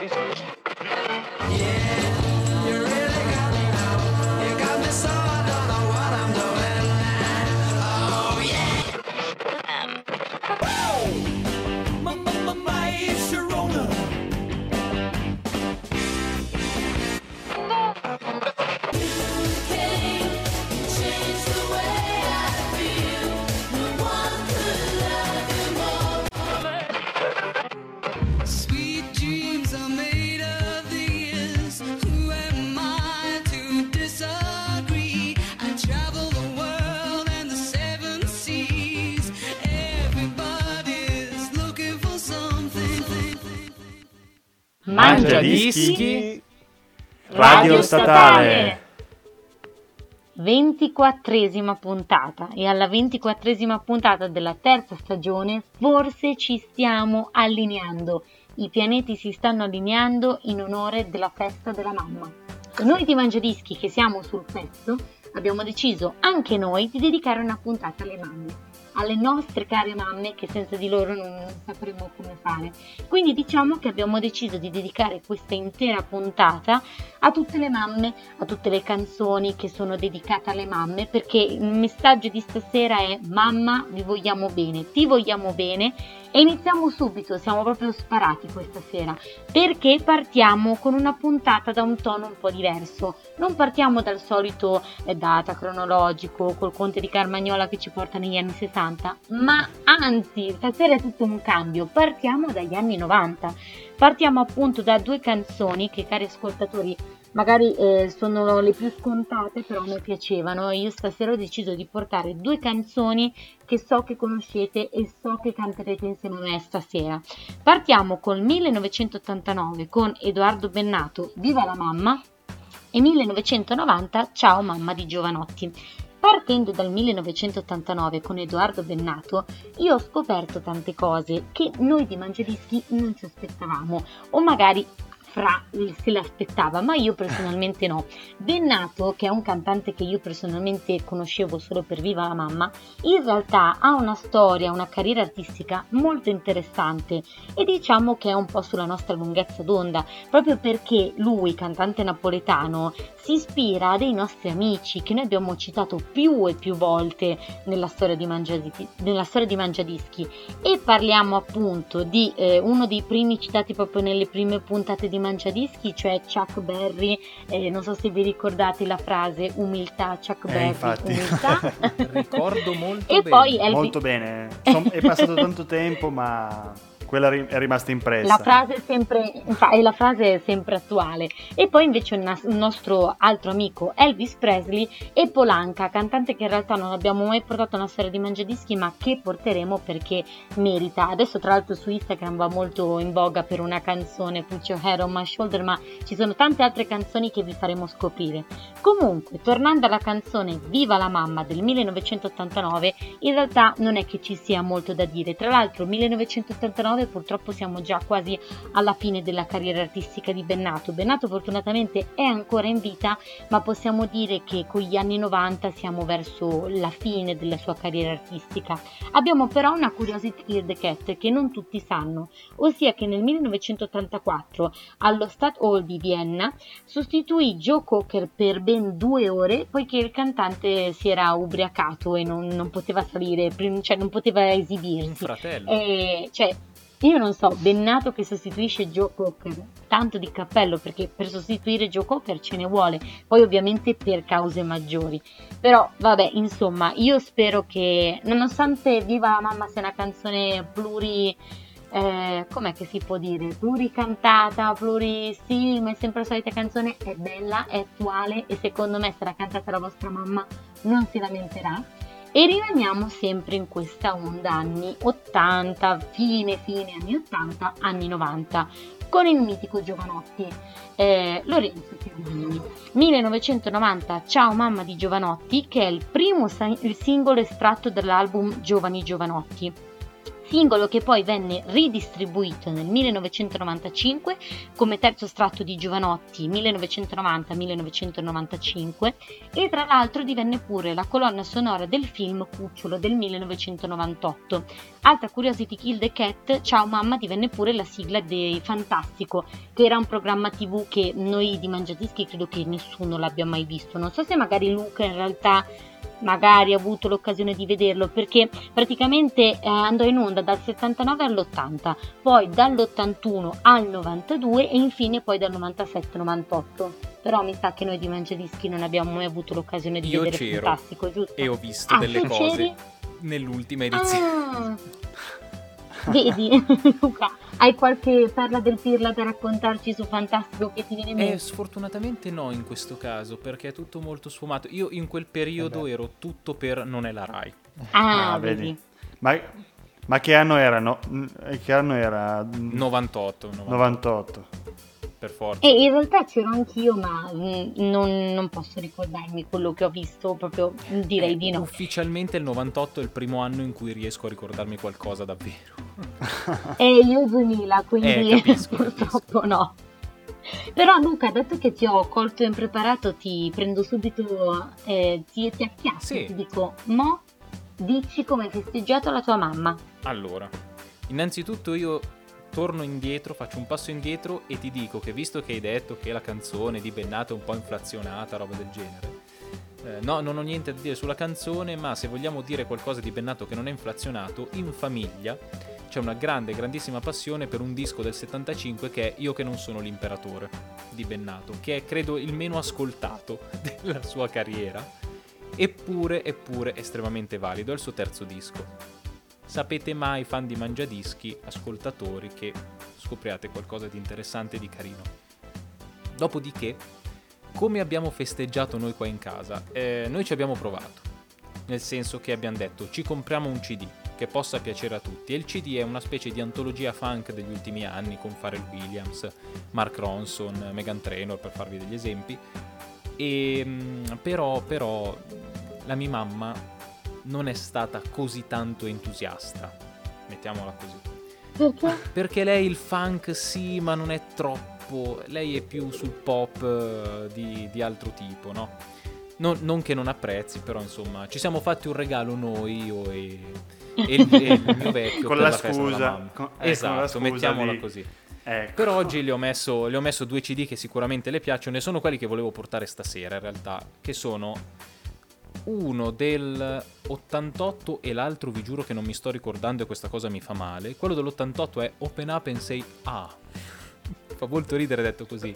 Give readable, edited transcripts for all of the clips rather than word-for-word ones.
Mangiadischi Radio Statale. 24esima puntata, e alla 24esima puntata della terza stagione forse ci stiamo allineando. I pianeti si stanno allineando in onore della festa della mamma. E noi di Mangiadischi, che siamo sul pezzo, abbiamo deciso anche noi di dedicare una puntata alle mamme, alle nostre care mamme, che senza di loro non sapremo come fare. Quindi diciamo che abbiamo deciso di dedicare questa intera puntata a tutte le mamme, a tutte le canzoni che sono dedicate alle mamme, perché il messaggio di stasera è: mamma, vi vogliamo bene, ti vogliamo bene. E iniziamo subito, siamo proprio sparati questa sera, perché partiamo con una puntata da un tono un po' diverso. Non partiamo dal solito data cronologico col Conte di Carmagnola che ci porta negli anni 60, ma anzi, stasera è tutto un cambio. Partiamo dagli anni 90. Partiamo appunto da due canzoni che, cari ascoltatori, magari sono le più scontate, però mi piacevano. Io stasera ho deciso di portare due canzoni che so che conoscete e so che canterete insieme a me stasera. Partiamo col 1989 con Edoardo Bennato, Viva la mamma, e 1990 Ciao mamma di Jovanotti. Partendo dal 1989 con Edoardo Bennato, io ho scoperto tante cose che noi di Mangiadischi non ci aspettavamo, o magari Fra se l'aspettava, ma io personalmente no. Bennato, che è un cantante che io personalmente conoscevo solo per Viva la mamma, in realtà ha una storia, una carriera artistica molto interessante, e diciamo che è un po' sulla nostra lunghezza d'onda, proprio perché lui, cantante napoletano, si ispira a dei nostri amici che noi abbiamo citato più e più volte nella storia di Mangiadischi, e parliamo appunto di uno dei primi citati proprio nelle prime puntate di Mangiadischi, cioè Chuck Berry. Non so se vi ricordate la frase umiltà, Chuck Berry, infatti. Umiltà. Ricordo molto e bene. Poi molto bene. È passato tanto tempo, ma quella è rimasta impressa. La frase è sempre attuale. E poi invece un nostro altro amico, Elvis Presley, e Polanca, cantante che in realtà non abbiamo mai portato una storia di Mangiadischi, ma che porteremo perché merita. Adesso tra l'altro su Instagram va molto in voga per una canzone, Put Your Head on My Shoulder, ma ci sono tante altre canzoni che vi faremo scoprire. Comunque, tornando alla canzone Viva la mamma del 1989, in realtà non è che ci sia molto da dire. Tra l'altro 1989 purtroppo siamo già quasi alla fine della carriera artistica di Bennato. Bennato fortunatamente è ancora in vita, ma possiamo dire che con gli anni 90 siamo verso la fine della sua carriera artistica. Abbiamo però una curiosity di The Cat che non tutti sanno, ossia che nel 1984 allo Stadthalle di Vienna sostituì Joe Cocker per ben 2 ore, poiché il cantante si era ubriacato e non poteva salire, cioè non poteva esibirsi. Fratello. Io non so, Bennato che sostituisce Joe Cocker, tanto di cappello, perché per sostituire Joe Cocker ce ne vuole, poi ovviamente per cause maggiori. Però vabbè, insomma, io spero che, nonostante Viva la mamma sia una canzone com'è che si può dire? Pluricantata, sì, ma è sempre la solita canzone, è bella, è attuale, e secondo me se la cantate la vostra mamma non si lamenterà. E rimaniamo sempre in questa onda anni 80, fine anni 80, anni 90, con il mitico Jovanotti, Lorenzo Chiarini. 1990 Ciao mamma di Jovanotti, che è il primo il singolo estratto dall'album Giovani Jovanotti. singolo che poi venne ridistribuito nel 1995 come terzo estratto di Giovanotti 1990-1995 e tra l'altro divenne pure la colonna sonora del film Cucciolo del 1998. Altra curiosity kill the cat, Ciao mamma divenne pure la sigla dei Fantastico, che era un programma TV che noi di Mangiadischi credo che nessuno l'abbia mai visto. Non so se magari Luca in realtà magari ha avuto l'occasione di vederlo, perché praticamente andò in onda dal 79 all'80, poi dall'81 al 92 e infine poi dal 97-98. Però mi sa che noi di Mangiadischi non abbiamo mai avuto l'occasione di vedere Fantastico, giusto? E ho visto delle cose c'eri? nell'ultima edizione. Vedi, Luca, hai qualche perla del pirla da raccontarci su Fantastico che ti viene in mente? Sfortunatamente no in questo caso, perché è tutto molto sfumato. Io in quel periodo ero tutto per non è la Rai. Vedi. Ma che anno era? No, che anno era? 98. Per forza. E in realtà c'ero anch'io, ma non posso ricordarmi quello che ho visto, proprio direi di no. Ufficialmente il 98 è il primo anno in cui riesco a ricordarmi qualcosa davvero. E io 2000, quindi capisco. purtroppo no. Però Luca, dato che ti ho colto impreparato, ti prendo subito, ti acchiappo, Sì. Ti dico, dici come hai festeggiato la tua mamma. Allora, innanzitutto io torno indietro, faccio un passo indietro e ti dico che visto che hai detto che la canzone di Bennato è un po' inflazionata, roba del genere, no, non ho niente da dire sulla canzone, ma se vogliamo dire qualcosa di Bennato che non è inflazionato, in famiglia c'è una grandissima passione per un disco del 75 che è Io che non sono l'imperatore di Bennato, che è credo il meno ascoltato della sua carriera, eppure estremamente valido, è il suo terzo disco. Sapete mai, fan di Mangiadischi, ascoltatori, che scopriate qualcosa di interessante e di carino. Dopodiché, come abbiamo festeggiato noi qua in casa? Noi ci abbiamo provato, nel senso che abbiamo detto ci compriamo un CD che possa piacere a tutti, e il CD è una specie di antologia funk degli ultimi anni con Pharrell Williams, Mark Ronson, Meghan Trainor, per farvi degli esempi. E però la mia mamma non è stata così tanto entusiasta, mettiamola così. Perché? Perché lei il funk sì, ma non è troppo, lei è più sul pop di altro tipo, no? Non che non apprezzi, però insomma ci siamo fatti un regalo noi, io e il mio vecchio con per la festa della scusa mamma. con la scusa mettiamola di... così. Ecco. Per oggi le ho messo 2 CD che sicuramente le piacciono e sono quelli che volevo portare stasera in realtà, che sono uno del 88 e l'altro vi giuro che non mi sto ricordando e questa cosa mi fa male. Quello dell'88 è Open Up and Say fa molto ridere detto così,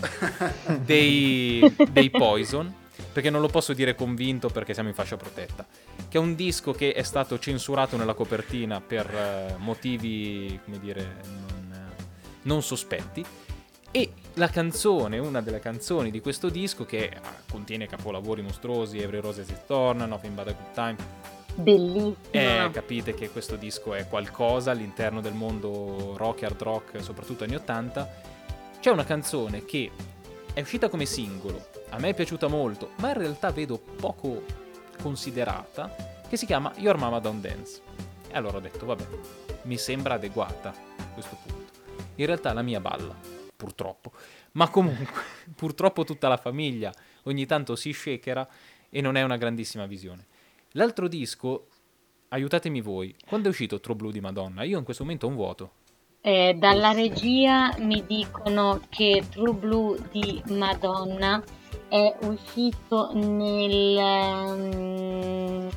dei Poison, perché non lo posso dire convinto perché siamo in fascia protetta, che è un disco che è stato censurato nella copertina per motivi, come dire, non sospetti. E la canzone, una delle canzoni di questo disco, che contiene capolavori mostruosi, Every Rose Has Its Thorn, Nothing But a Good Time, bellissima. capite che questo disco è qualcosa all'interno del mondo rock e hard rock, soprattutto anni 80. C'è una canzone che è uscita come singolo, a me è piaciuta molto, ma in realtà vedo poco considerata, che si chiama Your Mama Don't Dance. E allora ho detto, vabbè, mi sembra adeguata a questo punto. In realtà la mia balla, purtroppo, ma comunque purtroppo tutta la famiglia ogni tanto si shakera e non è una grandissima visione. L'altro disco, aiutatemi voi, quando è uscito True Blue di Madonna? Io in questo momento ho un vuoto. Dalla regia mi dicono che True Blue di Madonna è uscito nel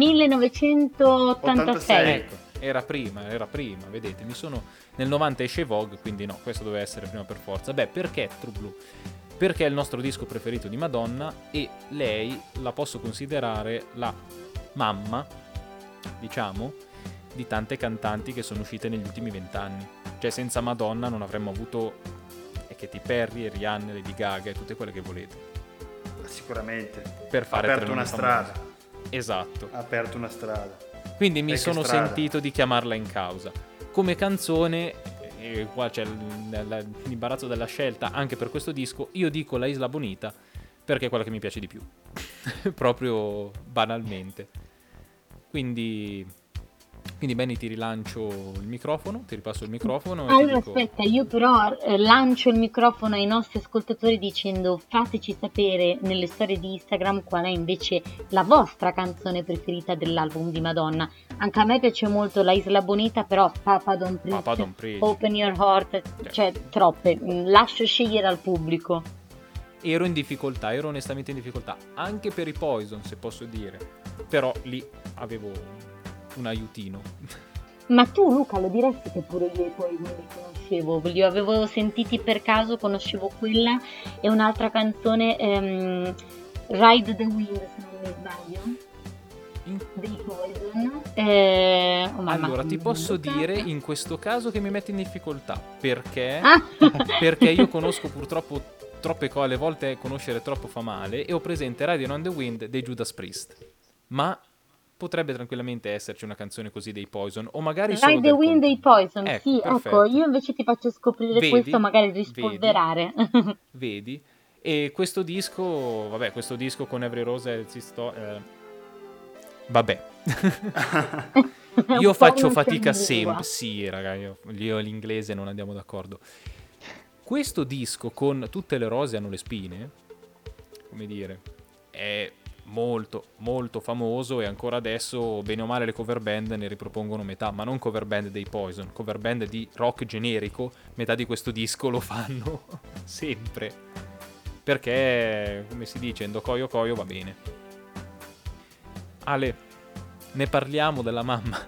1986. Ecco, era prima, vedete, nel 90 esce Vogue, quindi no, questo doveva essere prima per forza. Beh, perché True Blue? Perché è il nostro disco preferito di Madonna e lei la posso considerare la mamma, diciamo, di tante cantanti che sono uscite negli ultimi 20 anni. Cioè senza Madonna non avremmo avuto Katy Perry, Rihanna, Lady Gaga e tutte quelle che volete. Sicuramente. Per fare aperto una strada. Esatto. Ha aperto una strada. Quindi mi sono sentito di chiamarla in causa. Come canzone, qua c'è l'imbarazzo della scelta anche per questo disco, io dico La Isla Bonita perché è quella che mi piace di più. Proprio banalmente. Quindi Quindi Benny, ti rilancio il microfono, ti ripasso il microfono e ti Allora, dico... aspetta, io però lancio il microfono ai nostri ascoltatori dicendo fateci sapere nelle storie di Instagram qual è invece la vostra canzone preferita dell'album di Madonna. Anche a me piace molto La Isla Bonita, però Papa Don't Preach, Papa Don't Preach. Open Your Heart, cioè troppe. Lascio scegliere al pubblico. Ero in difficoltà, ero onestamente in difficoltà, anche per i Poison, se posso dire, però lì avevo un aiutino. Ma tu, Luca, lo diresti che pure io poi non li conoscevo, li avevo sentiti per caso, conoscevo quella e un'altra canzone, Ride the Wind, se non mi sbaglio, dei Poison. Allora, ti posso dire in questo caso che mi metti in difficoltà, perché Ah! perché io conosco purtroppo troppe cose, alle volte conoscere troppo fa male, e ho presente Riding on the Wind dei Judas Priest, ma potrebbe tranquillamente esserci una canzone così dei Poison, o magari solo Ride the del Wind dei Poison, Ecco, sì, perfetto. ecco, io invece ti faccio scoprire Vedi? questo, magari rispolverare. Vedi? E questo disco, vabbè, questo disco con Every Rose vabbè. Io faccio fatica sempre. Sì, raga, io e l'inglese non andiamo d'accordo. Questo disco con Tutte le rose hanno le spine, come dire, è molto molto famoso, e ancora adesso bene o male le cover band ne ripropongono metà, ma non cover band dei Poison, cover band di rock generico, metà di questo disco lo fanno sempre, perché come si dice, Ndo Koyo Koyo va bene. Ale, ne parliamo della mamma?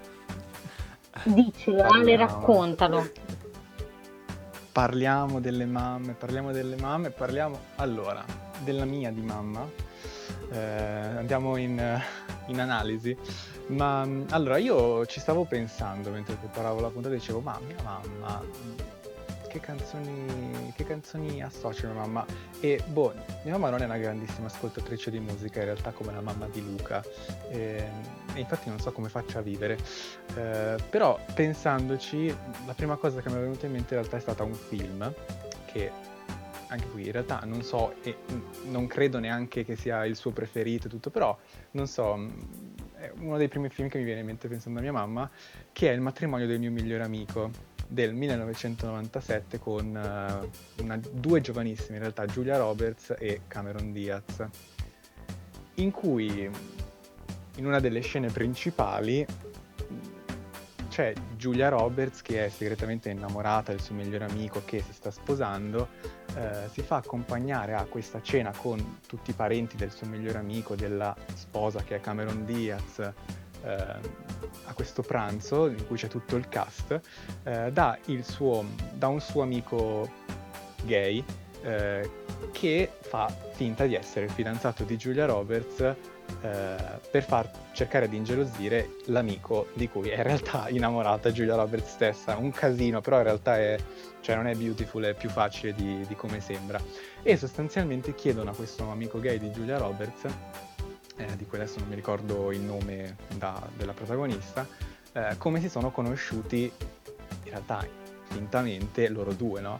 Dicelo, Ale, raccontalo. Parliamo delle mamme, allora, della mia di mamma. Andiamo in analisi, ma allora io ci stavo pensando mentre preparavo la puntata, dicevo, ma mia mamma, che canzoni associa mia mamma? E mia mamma non è una grandissima ascoltatrice di musica in realtà, come la mamma di Luca, e infatti non so come faccia a vivere, però pensandoci la prima cosa che mi è venuta in mente in realtà è stata un film che anche qui in realtà non so, e non credo neanche che sia il suo preferito e tutto, però non so, è uno dei primi film che mi viene in mente pensando a mia mamma, che è Il matrimonio del mio migliore amico del 1997 con due giovanissime in realtà, Julia Roberts e Cameron Diaz, in cui in una delle scene principali c'è Julia Roberts che è segretamente innamorata del suo migliore amico che si sta sposando, si fa accompagnare a questa cena con tutti i parenti del suo migliore amico, della sposa che è Cameron Diaz, a questo pranzo in cui c'è tutto il cast, da un suo amico gay che fa finta di essere il fidanzato di Julia Roberts, per far cercare di ingelosire l'amico di cui è in realtà innamorata Julia Roberts stessa. Un casino, però in realtà non è Beautiful, è più facile di come sembra. E sostanzialmente chiedono a questo amico gay di Julia Roberts, di cui adesso non mi ricordo il nome della protagonista, come si sono conosciuti in realtà fintamente loro due, no?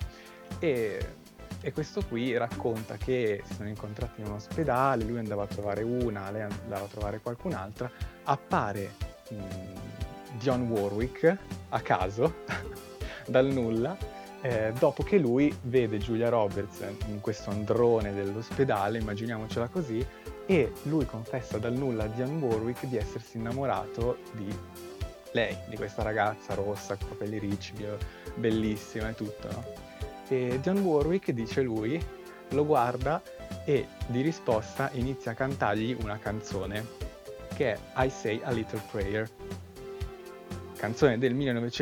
E questo qui racconta che si sono incontrati in un ospedale, lui andava a trovare una, lei andava a trovare qualcun'altra, appare Dionne Warwick a caso, dal nulla, dopo che lui vede Julia Roberts in questo androne dell'ospedale, immaginiamocela così, e lui confessa dal nulla a Dionne Warwick di essersi innamorato di lei, di questa ragazza rossa, con capelli ricci, bellissima e tutto, no? E Dionne Warwick, dice lui, lo guarda e di risposta inizia a cantargli una canzone che è I Say a Little Prayer, canzone del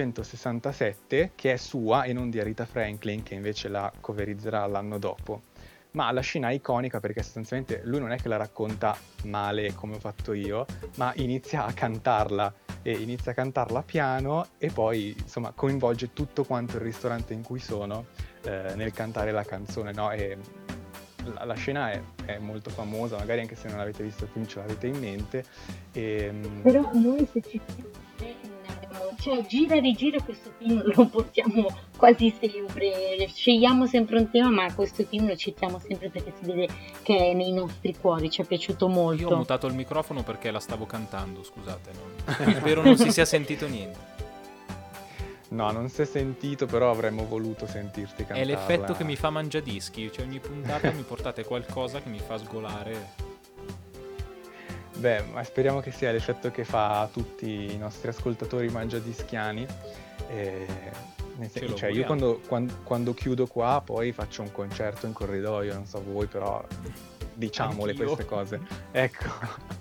1967 che è sua e non di Aretha Franklin, che invece la coverizzerà l'anno dopo. Ma la scena è iconica perché sostanzialmente lui non è che la racconta male come ho fatto io, ma inizia a cantarla piano e poi insomma coinvolge tutto quanto il ristorante in cui sono nel cantare la canzone, no? E la scena è molto famosa, magari anche se non avete visto il film ce l'avete in mente. Però noi se ci ne abbiamo cioè gira e rigira questo film lo portiamo quasi sempre, scegliamo sempre un tema, ma questo film lo citiamo sempre perché si vede che è nei nostri cuori, ci è piaciuto molto. Io ho mutato il microfono perché la stavo cantando, scusate, spero non si sia sentito niente. No, non si è sentito, però avremmo voluto sentirti cantare. È l'effetto che mi fa Mangiadischi, cioè ogni puntata mi portate qualcosa che mi fa sgolare. Beh, ma speriamo che sia l'effetto che fa a tutti i nostri ascoltatori mangiadischiani. Cioè, io quando chiudo qua poi faccio un concerto in corridoio, non so voi, però diciamole Anch'io. queste cose. Ecco.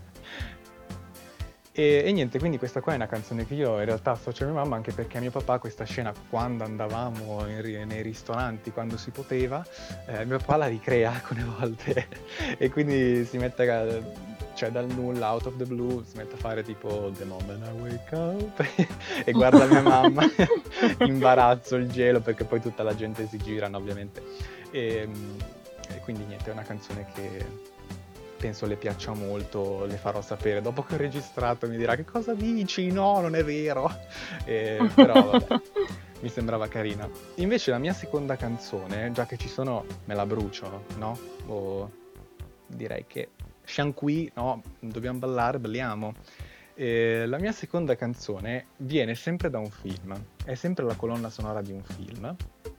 E niente, quindi questa qua è una canzone che io in realtà associo a mia mamma, anche perché mio papà questa scena, quando andavamo nei ristoranti, quando si poteva, mio papà la ricrea alcune volte e quindi si mette cioè dal nulla, out of the blue, si mette a fare tipo The Moment I Wake Up e guarda mia mamma, imbarazzo, il gelo, perché poi tutta la gente si girano ovviamente. E quindi niente, è una canzone che penso le piaccia molto, le farò sapere. Dopo che ho registrato mi dirà: che cosa dici? No, non è vero. Però vabbè, mi sembrava carina. Invece la mia seconda canzone, già che ci sono, me la brucio, no? Direi che siamo qui, no? Dobbiamo ballare, balliamo. La mia seconda canzone viene sempre da un film, è sempre la colonna sonora di un film.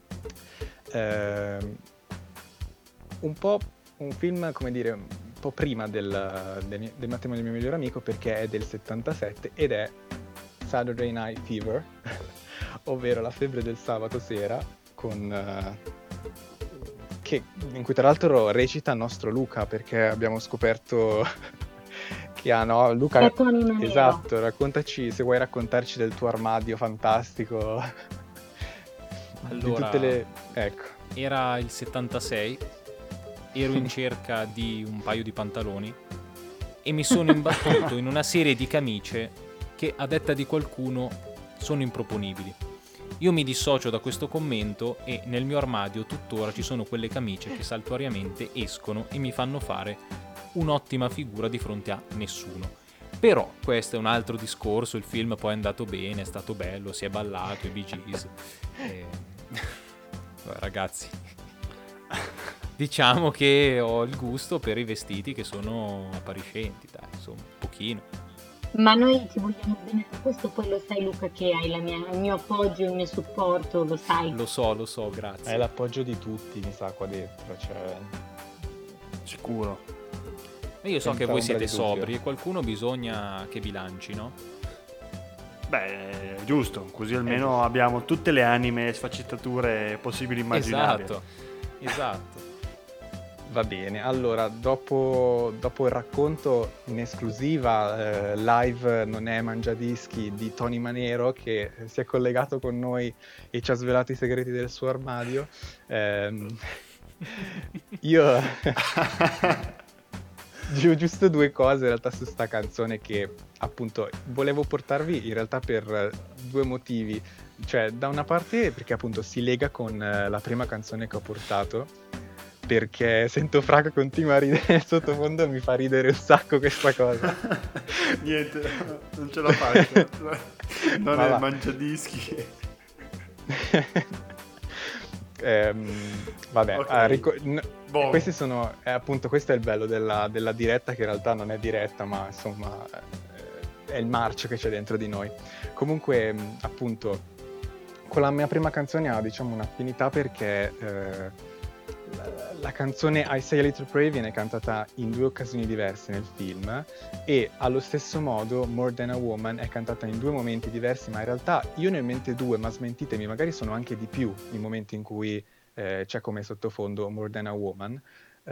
Un po' un film, come dire, un po' prima del matrimonio del mio migliore amico, perché è del 77 ed è Saturday Night Fever, ovvero La febbre del sabato sera, in cui tra l'altro recita il nostro Luca, perché abbiamo scoperto che Luca, è Tony Manero. Esatto, raccontaci, se vuoi raccontarci del tuo armadio fantastico. Allora, di tutte le... Ecco. Era il 76, ero in cerca di un paio di pantaloni e mi sono imbattuto in una serie di camicie che, a detta di qualcuno, sono improponibili. Io mi dissocio da questo commento e nel mio armadio tuttora ci sono quelle camicie che saltuariamente escono e mi fanno fare un'ottima figura di fronte a nessuno. Però questo è un altro discorso, il film poi è andato bene, è stato bello, si è ballato, i Bee Gees. Ragazzi, diciamo che ho il gusto per i vestiti che sono appariscenti, dai, insomma, un pochino. Ma noi ti vogliamo bene per questo, poi lo sai Luca che hai il mio appoggio, il mio supporto, lo sai. Lo so, grazie. Hai l'appoggio di tutti, mi sa, qua dentro, cioè... Sicuro. Io so Senza che voi ombra siete di dubbio. sobri e qualcuno bisogna che bilanci, no? Beh, giusto, così almeno abbiamo tutte le anime e sfaccettature possibili e immaginabili. Esatto. Va bene, allora dopo il racconto in esclusiva live Non è Mangiadischi di Tony Manero, che si è collegato con noi e ci ha svelato i segreti del suo armadio, io giusto due cose in realtà su sta canzone che appunto volevo portarvi in realtà per due motivi. Cioè, da una parte perché appunto si lega con la prima canzone che ho portato, perché sento Fra che continua a ridere nel sottofondo e mi fa ridere un sacco questa cosa. Niente, non ce la faccio. Non Ma è va. Mangiadischi. Vabbè, Ok. Boh. questi sono appunto, questo è il bello della diretta, che in realtà non è diretta, ma insomma è il marcio che c'è dentro di noi. Comunque appunto con la mia prima canzone ha, diciamo, un'affinità perché la canzone I Say a Little Prayer viene cantata in due occasioni diverse nel film, e allo stesso modo More Than a Woman è cantata in due momenti diversi, ma in realtà io ne ho in mente due, ma smentitemi, magari sono anche di più i momenti in cui c'è come sottofondo More Than a Woman,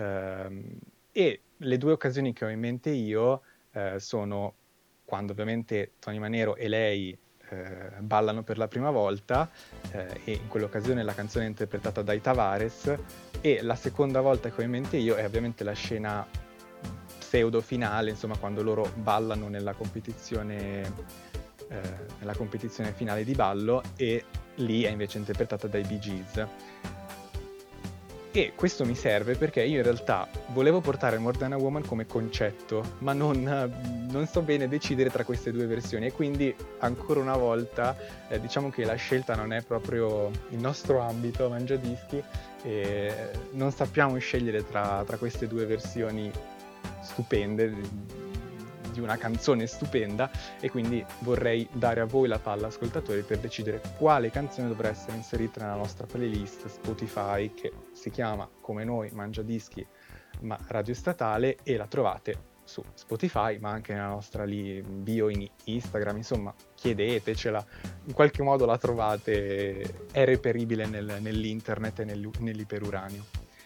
e le due occasioni che ho in mente io sono quando ovviamente Tony Manero e lei ballano per la prima volta, e in quell'occasione la canzone è interpretata dai Tavares, e la seconda volta che ho in mente io è ovviamente la scena pseudo finale, insomma, quando loro ballano nella competizione finale di ballo, e lì è invece interpretata dai Bee Gees. E questo mi serve perché io in realtà volevo portare More Than a Woman come concetto, ma non so bene decidere tra queste due versioni, e quindi ancora una volta diciamo che la scelta non è proprio il nostro ambito Mangiadischi, e non sappiamo scegliere tra queste due versioni stupende di una canzone stupenda, e quindi vorrei dare a voi la palla, ascoltatori, per decidere quale canzone dovrà essere inserita nella nostra playlist Spotify, che si chiama come noi Mangiadischi ma Radio Statale, e la trovate su Spotify ma anche nella nostra bio in Instagram. Insomma, chiedetecela, in qualche modo la trovate, è reperibile nell'internet e nell'iperuranio.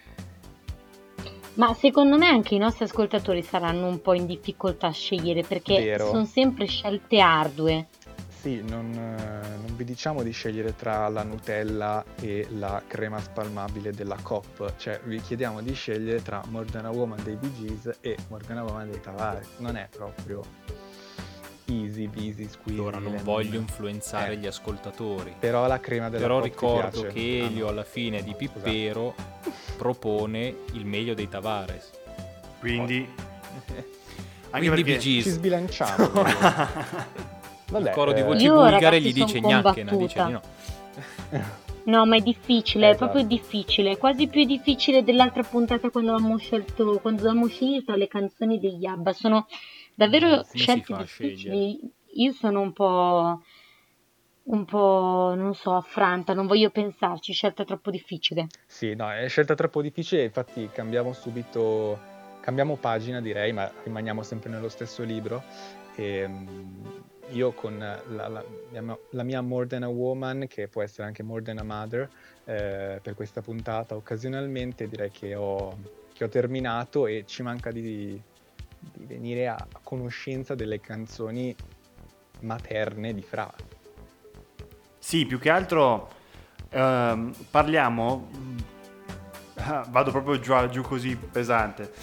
Ma secondo me anche i nostri ascoltatori saranno un po' in difficoltà a scegliere, perché Vero. sono sempre scelte ardue. Sì, non vi diciamo di scegliere tra la Nutella e la crema spalmabile della Coop, cioè vi chiediamo di scegliere tra More Than a Woman dei Bee Gees e More Than a Woman dei Tavares. Non è proprio easy peasy squeezy. Ora non voglio influenzare gli ascoltatori, però la crema della però Coop ti ricordo piace? che Elio no. alla fine di Pippero propone il meglio dei Tavares. Quindi anche Quindi perché Bee Ci Gees. sbilanciamo. Vabbè, Il coro di voci Io, vulgare ragazzi, gli dice son gnacchena, dice combattuta. di no. No, ma è difficile, è Esatto. proprio difficile, quasi più difficile dell'altra puntata quando avevamo scelto le canzoni degli ABBA. Sono davvero Come si scelte fa a difficili. Io sono un po', non so, affranta, non voglio pensarci, scelta troppo difficile. Sì, no, è scelta troppo difficile, infatti cambiamo pagina, direi, ma rimaniamo sempre nello stesso libro. E, io con la mia More Than a Woman, che può essere anche More Than a Mother, per questa puntata occasionalmente direi che ho terminato, e ci manca di venire a conoscenza delle canzoni materne di Fra. sì, più che altro parliamo, vado proprio giù così pesante.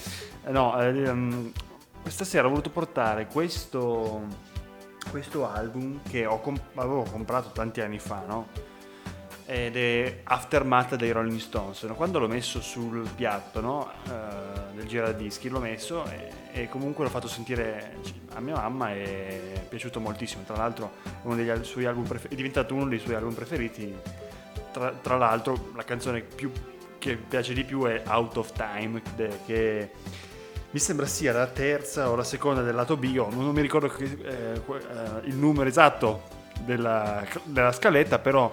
Questa sera ho voluto portare questo album che avevo comprato tanti anni fa, no? Ed è Aftermath dei Rolling Stones. No? Quando l'ho messo sul piatto, no? Del giradischi, l'ho messo e comunque l'ho fatto sentire a mia mamma, e è piaciuto moltissimo. Tra l'altro è suoi album è diventato uno dei suoi album preferiti. Tra l'altro la canzone che piace di più è Out of Time, che mi sembra sia la terza o la seconda del lato B, non mi ricordo il numero esatto della scaletta, però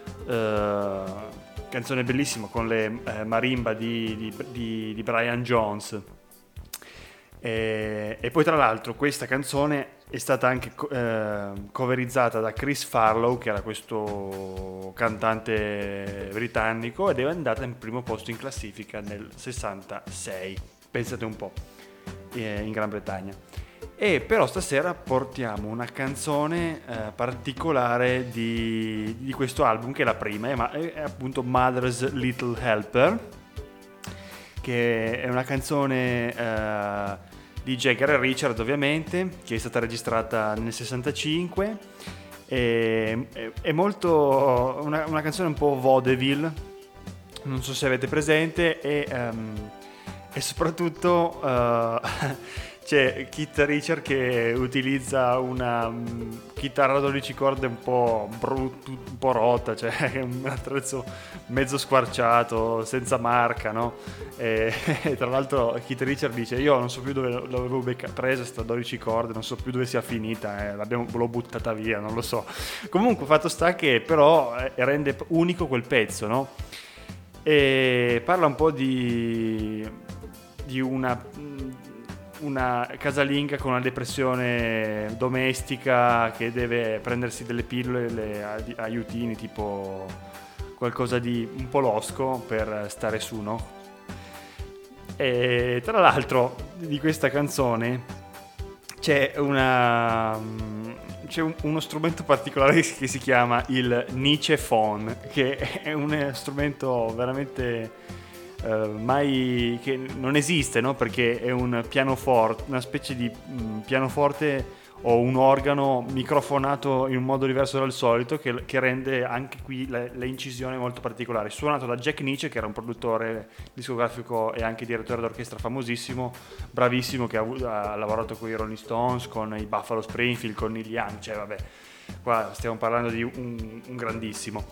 canzone bellissima con le marimba di Brian Jones. E poi tra l'altro questa canzone è stata anche coverizzata da Chris Farlow, che era questo cantante britannico, ed è andata in primo posto in classifica nel 66, pensate un po', in Gran Bretagna. E però stasera portiamo una canzone particolare di questo album, che è la prima, è appunto Mother's Little Helper, che è una canzone di Jagger e Richard, ovviamente, che è stata registrata nel 65. È molto una canzone un po' vaudeville, non so se avete presente, e soprattutto c'è Keith Richard che utilizza una chitarra a 12 corde un po' rotta, cioè un attrezzo mezzo squarciato, senza marca, no? E tra l'altro Keith Richard dice: io non so più dove l'avevo presa sta 12 corde, non so più dove sia finita, l'ho buttata via, non lo so. Comunque fatto sta che però rende unico quel pezzo, no? E parla un po' di una casalinga con una depressione domestica che deve prendersi delle pillole, aiutini, tipo qualcosa di un po' losco per stare su, no? E tra l'altro di questa canzone c'è uno strumento particolare che si chiama il Nietzsche Phone, che è un strumento veramente che non esiste, no? Perché è un pianoforte, una specie di pianoforte o un organo microfonato in un modo diverso dal solito che rende anche qui le incisioni molto particolari. Suonato da Jack Nitzsche, che era un produttore discografico e anche direttore d'orchestra famosissimo, bravissimo, che ha lavorato con i Rolling Stones, con i Buffalo Springfield, con Neil Young, cioè vabbè, qua stiamo parlando di un grandissimo.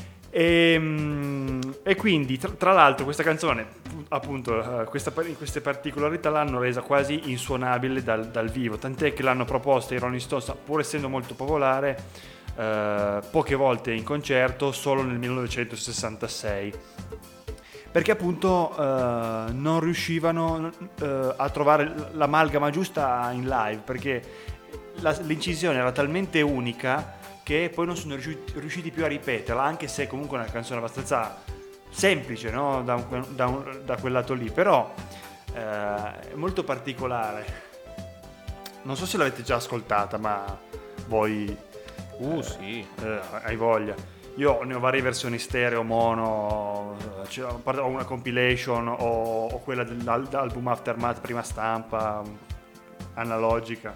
E quindi tra l'altro questa canzone, appunto, queste particolarità l'hanno resa quasi insuonabile dal vivo, tant'è che l'hanno proposta i Rolling Stones, pur essendo molto popolare, poche volte in concerto, solo nel 1966, perché appunto non riuscivano a trovare l'amalgama giusta in live, perché l'incisione era talmente unica che poi non sono riusciti più a ripeterla, anche se comunque è una canzone abbastanza semplice, no? da quel lato lì, però è molto particolare. Non so se l'avete già ascoltata, ma voi Sì, hai voglia. Io ne ho varie versioni stereo, mono, ho una compilation, o quella dell'album Aftermath prima stampa, analogica.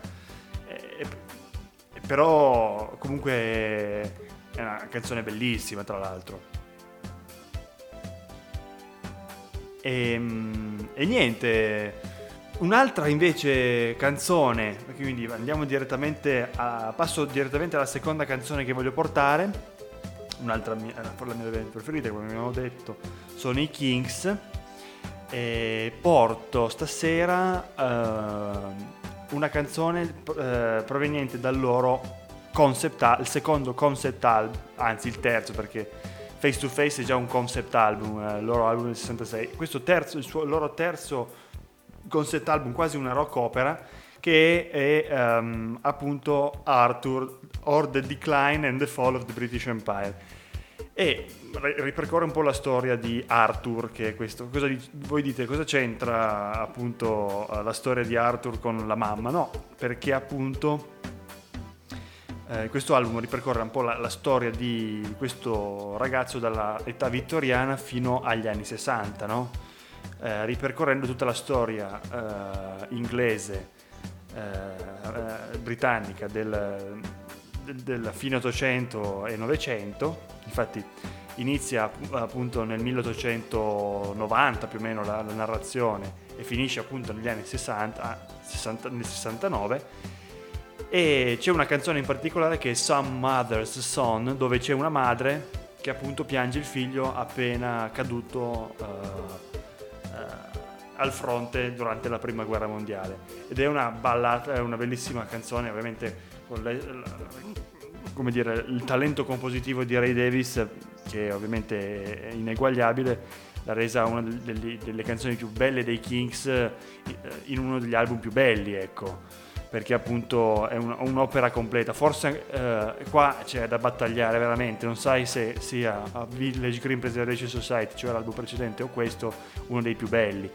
Però comunque è una canzone bellissima, tra l'altro. E niente, un'altra invece canzone, quindi passo direttamente alla seconda canzone che voglio portare. Un'altra la mia band preferita, come abbiamo detto, sono i Kinks. E porto stasera una canzone proveniente dal loro il secondo concept album, anzi il terzo, perché Face to Face è già un concept album, il loro album del 66. Questo il loro terzo concept album, quasi una rock opera, che è appunto Arthur, or the Decline and the Fall of the British Empire. E ripercorre un po' la storia di Arthur, che è questo. Voi dite, cosa c'entra appunto la storia di Arthur con la mamma? No, perché appunto questo album ripercorre un po' la storia di questo ragazzo dall'età vittoriana fino agli anni 60, no? Ripercorrendo tutta la storia inglese, britannica del fine 800 e 900. Infatti inizia appunto nel 1890 più o meno la narrazione e finisce appunto negli anni 60, nel 69, e c'è una canzone in particolare che è Some Mother's Son, dove c'è una madre che appunto piange il figlio appena caduto al fronte durante la prima guerra mondiale, ed è una ballata, è una bellissima canzone, ovviamente con come dire, il talento compositivo di Ray Davies, che ovviamente è ineguagliabile, l'ha resa una delle canzoni più belle dei Kinks in uno degli album più belli, ecco, perché appunto è un'opera completa. Forse qua c'è da battagliare veramente, non sai se sia a Village Green Preservation Society, cioè l'album precedente, o questo uno dei più belli.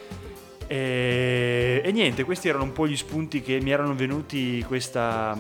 E niente, questi erano un po' gli spunti che mi erano venuti questa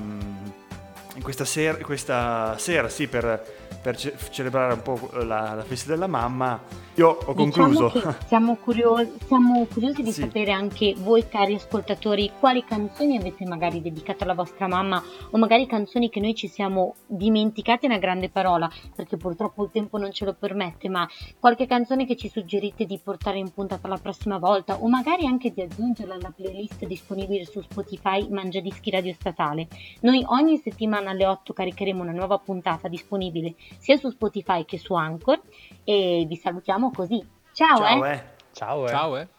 sera, sì, per celebrare un po' la festa della mamma. Io ho concluso. Diciamo che siamo curiosi di Sì. sapere anche voi, cari ascoltatori, quali canzoni avete magari dedicato alla vostra mamma, o magari canzoni che noi ci siamo dimenticati, è una grande parola perché purtroppo il tempo non ce lo permette, ma qualche canzone che ci suggerite di portare in puntata la prossima volta, o magari anche di aggiungerla alla playlist disponibile su Spotify Mangiadischi Radio Statale. Noi ogni settimana alle 8 caricheremo una nuova puntata disponibile sia su Spotify che su Anchor, e vi salutiamo così. Ciao! Ciao, Ciao. ciao.